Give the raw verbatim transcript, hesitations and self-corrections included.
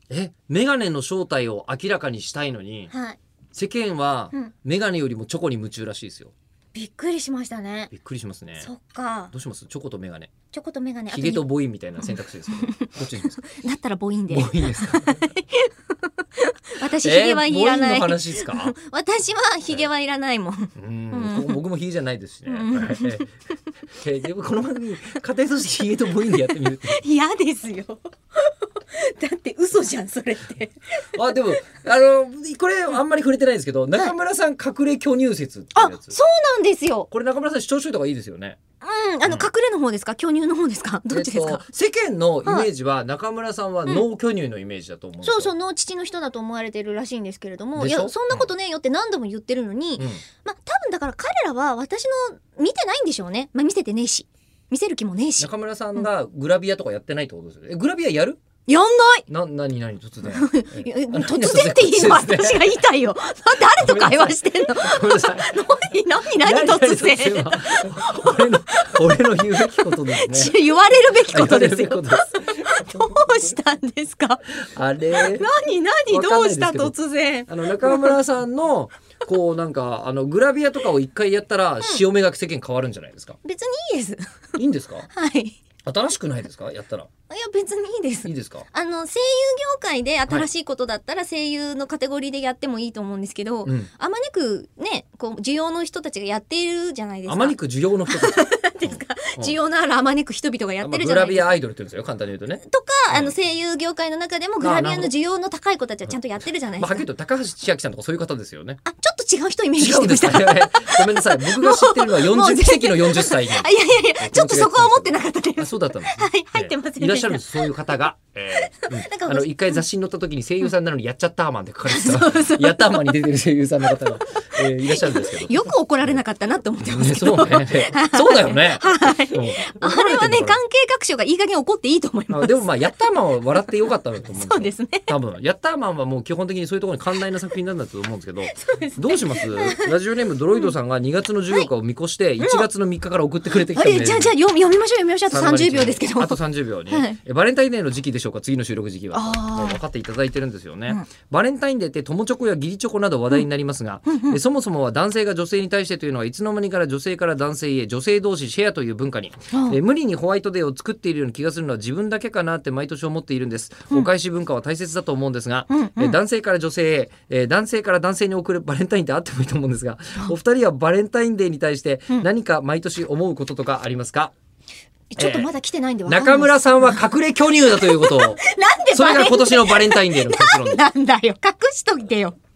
えメガネの正体を明らかにしたいのに、 はい、 世間はうん、 メガネよりもチョコに夢中らしいですよ。 びっくりしましたね。 びっくりしますね。 そっか。 どうします？チョコとメガネ、 チョコとメガネ、 ヒゲとボインみたいな選択肢ですけどどっちにしますか？ だったら母音で。 ボインですか？ 私ヒゲはいらない、 えー、ボインの話ですか？ 私はヒゲはいらないもん。 うん、うん、僕もヒゲじゃないですしね、 うん、 えー、でもこの番組家庭としてヒゲとボインでやってみるって嫌ですよだって嘘じゃんそれってあでもあのこれあんまり触れてないんですけど、中村さん隠れ巨乳説っていうやつ、 あ、そうなんですよ。 これ中村さん主張しといた方がいいですよね。 うん、あの隠れの方ですか、巨乳の方ですか、どっちですか？ えっと、世間のイメージは中村さんはノー巨乳のイメージだと思うんですよ、 そうそう、の父の人だと思われてるらしいんですけれども、 でしょ？ いやそんなことねえよって何度も言ってるのに、 うん、 まあ多分だから彼らは私の見てないんでしょうね。まあ見せてねえし、見せる気もねえし。 中村さんがグラビアとかやってないってことですよね。えグラビアやる？ やんないな、なになに突然いや突然っていいの私が言いたいよ誰と会話してんのごめんなさい何何何突然俺の俺の言うべきことですね。 言われるべきことですよ。 言われるべきことですどうしたんですか？ あれ何何どうした突然。 あの中村さんのこうなんかあのグラビアとかを一回やったら潮目が世間変わるんじゃないですか？ 別にいいです。 いいんですか？ はい。 新しくないですか？やったら。 いや別にいいです。 いいですか？ あの声優業界で新しいことだったら声優のカテゴリーでやってもいいと思うんですけど、 うん、 あまねくねこう需要の人たちがやっているじゃないですか。 あまねく需要の人たちですか、うん、需要のあるあまねく人々がやってるじゃないですか。 グラビアアイドルって言うんですよ簡単に言うとね。 とか、 うん、 あの声優業界の中でもグラビアの需要の高い子たちはちゃんとやってるじゃないですか。 まあ、はっきり言うと高橋千秋さんとかそういう方ですよね。 あ、ちょっと違う人イメージしてました。 ごめんなさい、僕が知ってるのはよんじゅう奇跡のよんじゅっさいに。いやいやいや、ちょっとそこは思ってなかったです。 あ、そうだったんです、 ね、はい、入ってませんでした。 いらっしゃるんです、そういう方が。えー、うん、あの一回雑誌に載った時に声優さんなのにやっちゃったーマンって書かれてたやったーマンに出てる声優さんの方が、えー、いらっしゃるんですけど、 よく怒られなかったなって思ってますけど、 ね、そうねそうだよね、 はい、うん、あれはね関係各所がいい加減怒っていいと思います。 でもまあやったーマンは笑ってよかったなと思うんですよ。 そうですね、 多分やったーマンはもう基本的にそういうところに寛大な作品なんだと思うんですけどそうです、ね、どうします？ラジオネームドロイドさんがにがつのじゅうよっかを見越していちがつのみっかから送ってくれてきたんで、 うん、じゃあじゃあ読みましょう読みましょう。あとさんじゅうびょうですけど、 あとさんじゅうびょうに、はい、バレンタインデーの時期でしょうか、次の収録時期はもう分かっていただいてるんですよね、うん、バレンタインデーって友チョコや義理チョコなど話題になりますが、うんうん、そもそもは男性が女性に対してというのはいつの間にから女性から男性へ女性同士シェアという文化に、うん、え無理にホワイトデーを作っているような気がするのは自分だけかなって毎年思っているんです、うん、お返し文化は大切だと思うんですが、うんうん、え男性から女性へ、え男性から男性に送るバレンタインってあってもいいと思うんですが、お二人はバレンタインデーに対して何か毎年思うこととかありますか？ ちょっとまだ来てないんでわかんない。 中村さんは隠れ巨乳だということをなんでそれが今年のバレンタインデーの結論なんだよ、隠しといてよ。